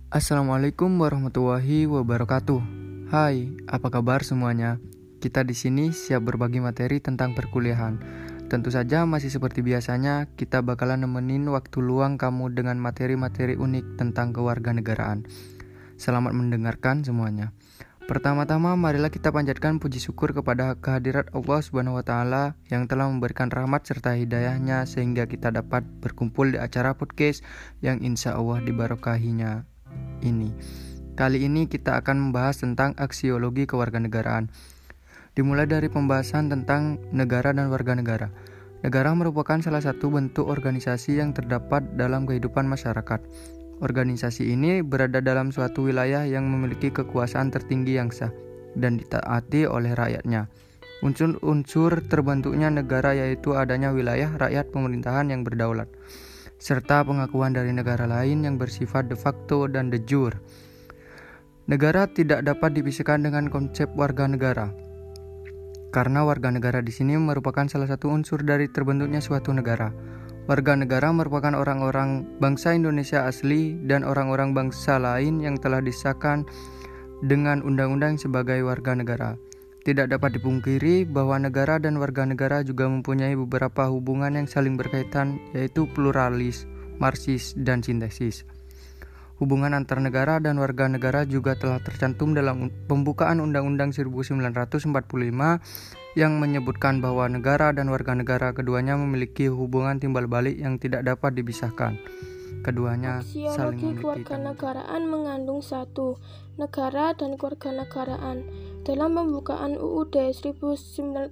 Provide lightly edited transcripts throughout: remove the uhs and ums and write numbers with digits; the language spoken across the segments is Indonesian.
Assalamualaikum warahmatullahi wabarakatuh. Hai, apa kabar semuanya? Kita di sini siap berbagi materi tentang perkuliahan. Tentu saja masih seperti biasanya, kita bakalan nemenin waktu luang kamu dengan materi-materi unik tentang kewarganegaraan. Selamat mendengarkan semuanya. Pertama-tama, marilah kita panjatkan puji syukur kepada kehadirat Allah Subhanahu wa Ta'ala yang telah memberikan rahmat serta hidayahnya sehingga kita dapat berkumpul di acara podcast yang insya Allah dibarokahinya ini. Kali ini kita akan membahas tentang aksiologi kewarganegaraan. Dimulai dari pembahasan tentang negara dan warga negara. Negara merupakan salah satu bentuk organisasi yang terdapat dalam kehidupan masyarakat. Organisasi ini berada dalam suatu wilayah yang memiliki kekuasaan tertinggi yang sah dan ditaati oleh rakyatnya. Unsur-unsur terbentuknya negara yaitu adanya wilayah, rakyat, pemerintahan yang berdaulat, serta pengakuan dari negara lain yang bersifat de facto dan de jure. Negara tidak dapat dipisahkan dengan konsep warga negara, karena warga negara di sini merupakan salah satu unsur dari terbentuknya suatu negara. Warga negara merupakan orang-orang bangsa Indonesia asli dan orang-orang bangsa lain yang telah disahkan dengan undang-undang sebagai warga negara. Tidak dapat dipungkiri bahwa negara dan warga negara juga mempunyai beberapa hubungan yang saling berkaitan, yaitu pluralis, marxis, dan sintesis. Hubungan antar negara dan warga negara juga telah tercantum dalam pembukaan Undang-Undang 1945 yang menyebutkan bahwa negara dan warga negara keduanya memiliki hubungan timbal balik yang tidak dapat dipisahkan. Keduanya saling memiliki. Kewarganegaraan mengandung satu, negara dan kewarganegaraan. Dalam pembukaan UUD 1945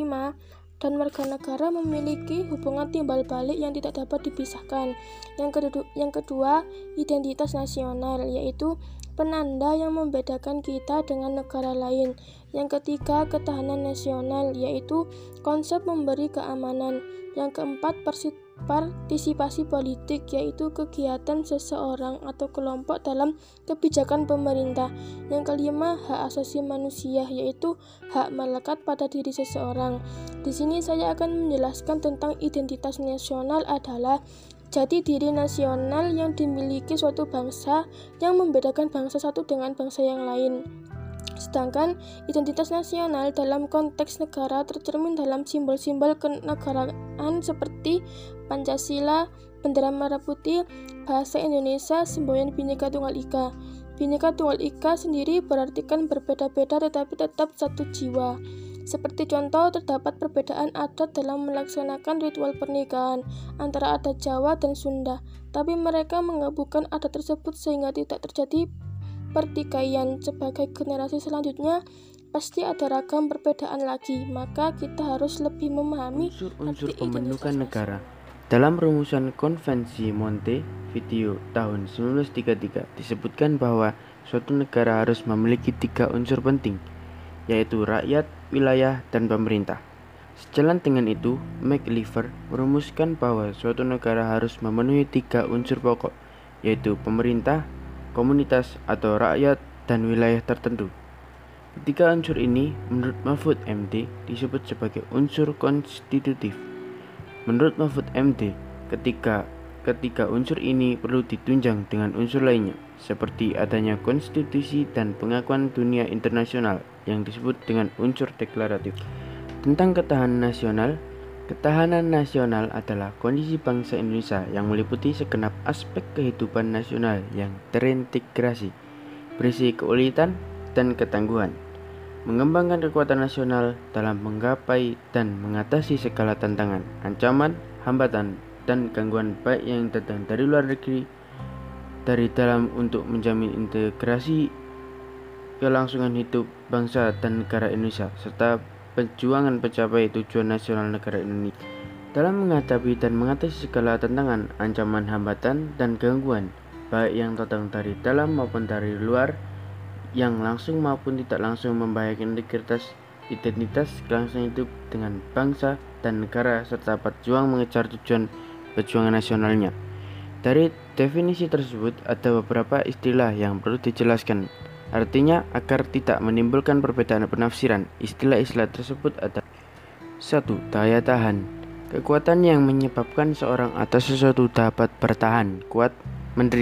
dan warga negara memiliki hubungan timbal balik yang tidak dapat dipisahkan. Yang kedua, identitas nasional, yaitu penanda yang membedakan kita dengan negara lain. Yang ketiga, ketahanan nasional, yaitu konsep memberi keamanan. Yang keempat, partisipasi politik, yaitu kegiatan seseorang atau kelompok dalam kebijakan pemerintah. Yang kelima, hak asasi manusia, yaitu hak melekat pada diri seseorang. Di sini saya akan menjelaskan tentang identitas nasional adalah jati diri nasional yang dimiliki suatu bangsa yang membedakan bangsa satu dengan bangsa yang lain. Sedangkan identitas nasional dalam konteks negara tercermin dalam simbol-simbol kenegaraan seperti Pancasila, bendera merah putih, bahasa Indonesia, semboyan Bhinneka Tunggal Ika. Bhinneka Tunggal Ika sendiri berartikan berbeda-beda tetapi tetap satu jiwa. Seperti contoh, terdapat perbedaan adat dalam melaksanakan ritual pernikahan antara adat Jawa dan Sunda, tapi mereka menggabungkan adat tersebut sehingga tidak terjadi pertikaian. Sebagai generasi selanjutnya pasti ada ragam perbedaan lagi, maka kita harus lebih memahami unsur-unsur pembentukan negara. Dalam rumusan Konvensi Montevideo tahun 1933 disebutkan bahwa suatu negara harus memiliki 3 unsur penting, yaitu rakyat, wilayah, dan pemerintah. Sejalan dengan itu, MacIver merumuskan bahwa suatu negara harus memenuhi 3 unsur pokok, yaitu pemerintah, komunitas atau rakyat, dan wilayah tertentu. Ketiga unsur ini, menurut Mahfud MD, disebut sebagai unsur konstitutif. Menurut Mahfud MD, ketiga unsur ini perlu ditunjang dengan unsur lainnya, seperti adanya konstitusi dan pengakuan dunia internasional yang disebut dengan unsur deklaratif. Tentang ketahanan nasional adalah kondisi bangsa Indonesia yang meliputi segenap aspek kehidupan nasional yang terintegrasi, berisi keulitan dan ketangguhan, mengembangkan kekuatan nasional dalam menggapai dan mengatasi segala tantangan, ancaman, hambatan, dan gangguan baik yang datang dari luar negeri, dari dalam untuk menjamin integrasi kelangsungan hidup bangsa dan negara Indonesia, serta perjuangan mencapai tujuan nasional negara Indonesia dalam menghadapi dan mengatasi segala tantangan, ancaman, hambatan, dan gangguan baik yang datang dari dalam maupun dari luar, yang langsung maupun tidak langsung membahayakan identitas kelangsungan hidup dengan bangsa dan negara, serta berjuang mengejar tujuan perjuangan nasionalnya. Dari definisi tersebut ada beberapa istilah yang perlu dijelaskan. Artinya, agar tidak menimbulkan perbedaan penafsiran, istilah-istilah tersebut ada: 1. Daya tahan, kekuatan yang menyebabkan seorang atau sesuatu dapat bertahan kuat menderita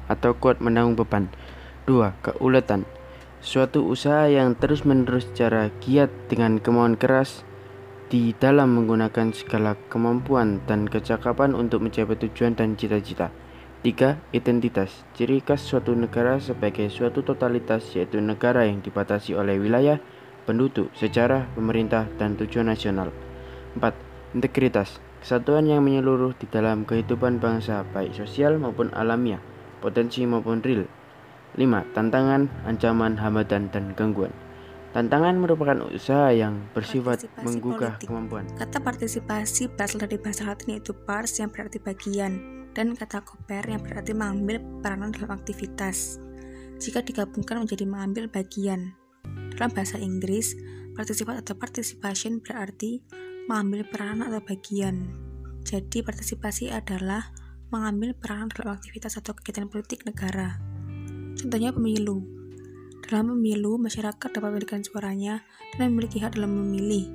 atau kuat menanggung beban. 2. Keuletan. Suatu usaha yang terus-menerus secara giat dengan kemauan keras di dalam menggunakan segala kemampuan dan kecakapan untuk mencapai tujuan dan cita-cita. 3. Identitas. Ciri khas suatu negara sebagai suatu totalitas, yaitu negara yang dibatasi oleh wilayah, penduduk, sejarah, pemerintah, dan tujuan nasional. 4. Integritas. Kesatuan yang menyeluruh di dalam kehidupan bangsa, baik sosial maupun alamiah, potensi maupun real. 5. Tantangan, ancaman, hambatan, dan gangguan. Tantangan merupakan usaha yang bersifat menggugah kemampuan. Kata partisipasi berasal dari bahasa Latin yaitu pars yang berarti bagian, dan kata koper yang berarti mengambil peranan dalam aktivitas. Jika digabungkan menjadi mengambil bagian. Dalam bahasa Inggris, participate atau participation berarti mengambil peranan atau bagian. Jadi partisipasi adalah mengambil peranan dalam aktivitas atau kegiatan politik negara. Contohnya pemilu. Dalam pemilu, masyarakat dapat memberikan suaranya dan memiliki hak dalam memilih.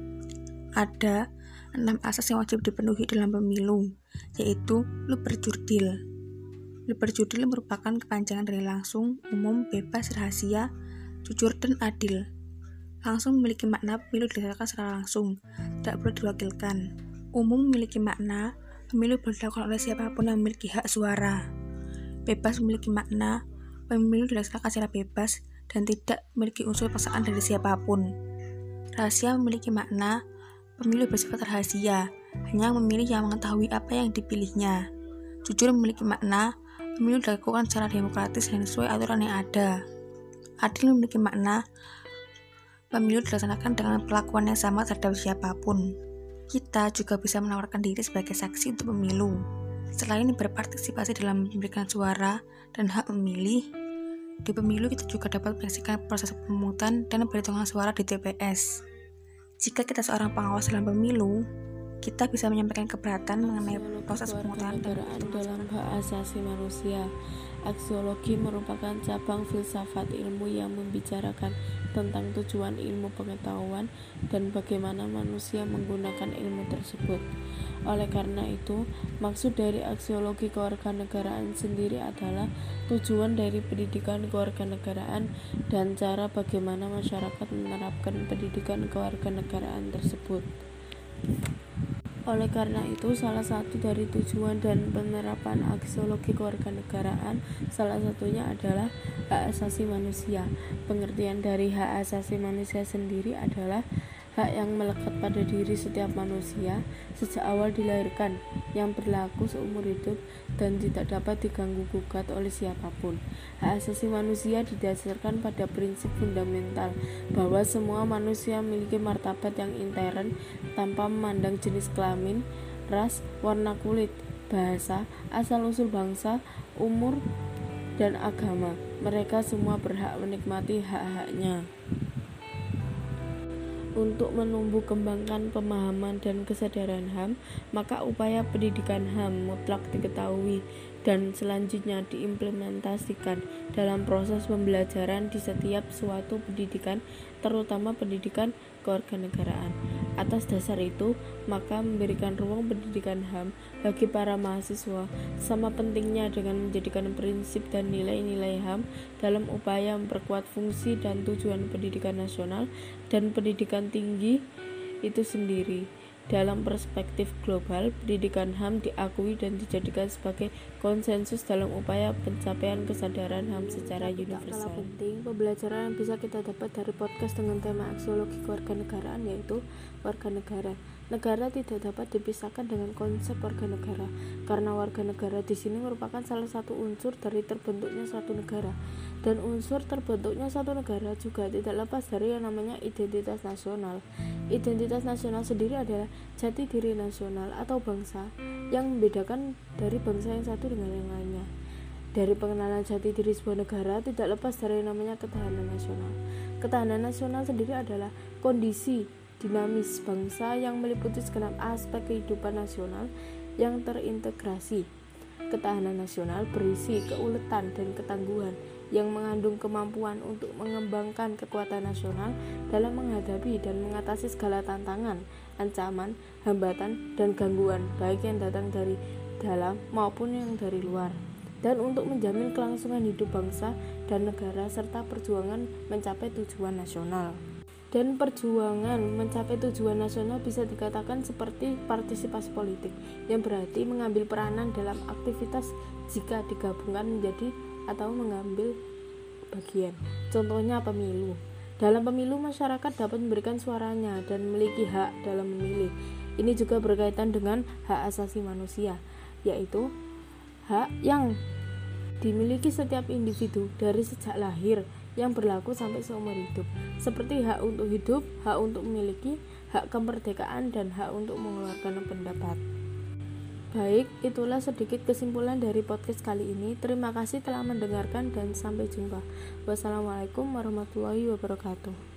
Ada 6 asas yang wajib dipenuhi dalam pemilu, yaitu luperjurdil. Luperjurdil merupakan kepanjangan dari langsung, umum, bebas, rahasia, jujur, dan adil. Langsung memiliki makna pemilu dilaksanakan secara langsung, tidak boleh diwakilkan. Umum memiliki makna pemilu boleh dilakukan oleh siapapun yang memiliki hak suara. Bebas memiliki makna pemilu dilaksanakan secara bebas dan tidak memiliki unsur paksaan dari siapapun. Rahasia memiliki makna pemilu bersifat rahasia, hanya memilih yang mengetahui apa yang dipilihnya. Jujur memiliki makna pemilu dilakukan secara demokratis dan sesuai aturan yang ada. Adil memiliki makna pemilu dilaksanakan dengan perlakuan yang sama terhadap siapapun. Kita juga bisa menawarkan diri sebagai saksi untuk pemilu. Selain berpartisipasi dalam memberikan suara dan hak memilih, di pemilu kita juga dapat menyaksikan proses pemungutan dan perhitungan suara di TPS. Jika kita seorang pengawas dalam pemilu, kita bisa menyampaikan keberatan mengenai proses pemungutan dalam hak asasi manusia. Aksiologi merupakan cabang filsafat ilmu yang membicarakan tentang tujuan ilmu pengetahuan dan bagaimana manusia menggunakan ilmu tersebut. Oleh karena itu, maksud dari aksiologi kewarganegaraan sendiri adalah tujuan dari pendidikan kewarganegaraan dan cara bagaimana masyarakat menerapkan pendidikan kewarganegaraan tersebut. Oleh karena itu, salah satu dari tujuan dan penerapan aksiologi kewarganegaraan salah satunya adalah hak asasi manusia. Pengertian dari hak asasi manusia sendiri adalah hak yang melekat pada diri setiap manusia sejak awal dilahirkan, yang berlaku seumur hidup dan tidak dapat diganggu-gugat oleh siapapun. Hak asasi manusia didasarkan pada prinsip fundamental bahwa semua manusia memiliki martabat yang intern tanpa memandang jenis kelamin, ras, warna kulit, bahasa, asal-usul bangsa, umur, dan agama. Mereka semua berhak menikmati hak-haknya. Untuk menumbuh kembangkan pemahaman dan kesadaran HAM, maka upaya pendidikan HAM mutlak diketahui dan selanjutnya diimplementasikan dalam proses pembelajaran di setiap suatu pendidikan, terutama pendidikan kewarganegaraan. Atas dasar itu, maka memberikan ruang pendidikan HAM bagi para mahasiswa sama pentingnya dengan menjadikan prinsip dan nilai-nilai HAM dalam upaya memperkuat fungsi dan tujuan pendidikan nasional dan pendidikan tinggi itu sendiri. Dalam perspektif global, pendidikan HAM diakui dan dijadikan sebagai konsensus dalam upaya pencapaian kesadaran HAM secara universal. Penting, pembelajaran yang bisa kita dapat dari podcast dengan tema aksiologi kewarganegaraan yaitu warga negara. Negara tidak dapat dipisahkan dengan konsep warga negara, karena warga negara di sini merupakan salah satu unsur dari terbentuknya suatu negara. Dan unsur terbentuknya satu negara juga tidak lepas dari yang namanya identitas nasional. Identitas nasional sendiri adalah jati diri nasional atau bangsa yang membedakan dari bangsa yang satu dengan yang lainnya. Dari pengenalan jati diri sebuah negara tidak lepas dari yang namanya ketahanan nasional. Ketahanan nasional sendiri adalah kondisi dinamis bangsa yang meliputi segenap aspek kehidupan nasional yang terintegrasi. Ketahanan nasional berisi keuletan dan ketangguhan yang mengandung kemampuan untuk mengembangkan kekuatan nasional dalam menghadapi dan mengatasi segala tantangan, ancaman, hambatan, dan gangguan baik yang datang dari dalam maupun yang dari luar. dan untuk menjamin kelangsungan hidup bangsa dan negara serta perjuangan mencapai tujuan nasional. Dan perjuangan mencapai tujuan nasional bisa dikatakan seperti partisipasi politik, yang berarti mengambil peranan dalam aktivitas jika digabungkan menjadi atau mengambil bagian. Contohnya pemilu. Dalam pemilu, masyarakat dapat memberikan suaranya dan memiliki hak dalam memilih. Ini juga berkaitan dengan hak asasi manusia, yaitu hak yang dimiliki setiap individu dari sejak lahir yang berlaku sampai seumur hidup, seperti hak untuk hidup, hak untuk memiliki, hak kemerdekaan, dan hak untuk mengeluarkan pendapat. Baik, itulah sedikit kesimpulan dari podcast kali ini. Terima kasih telah mendengarkan dan sampai jumpa. Wassalamualaikum warahmatullahi wabarakatuh.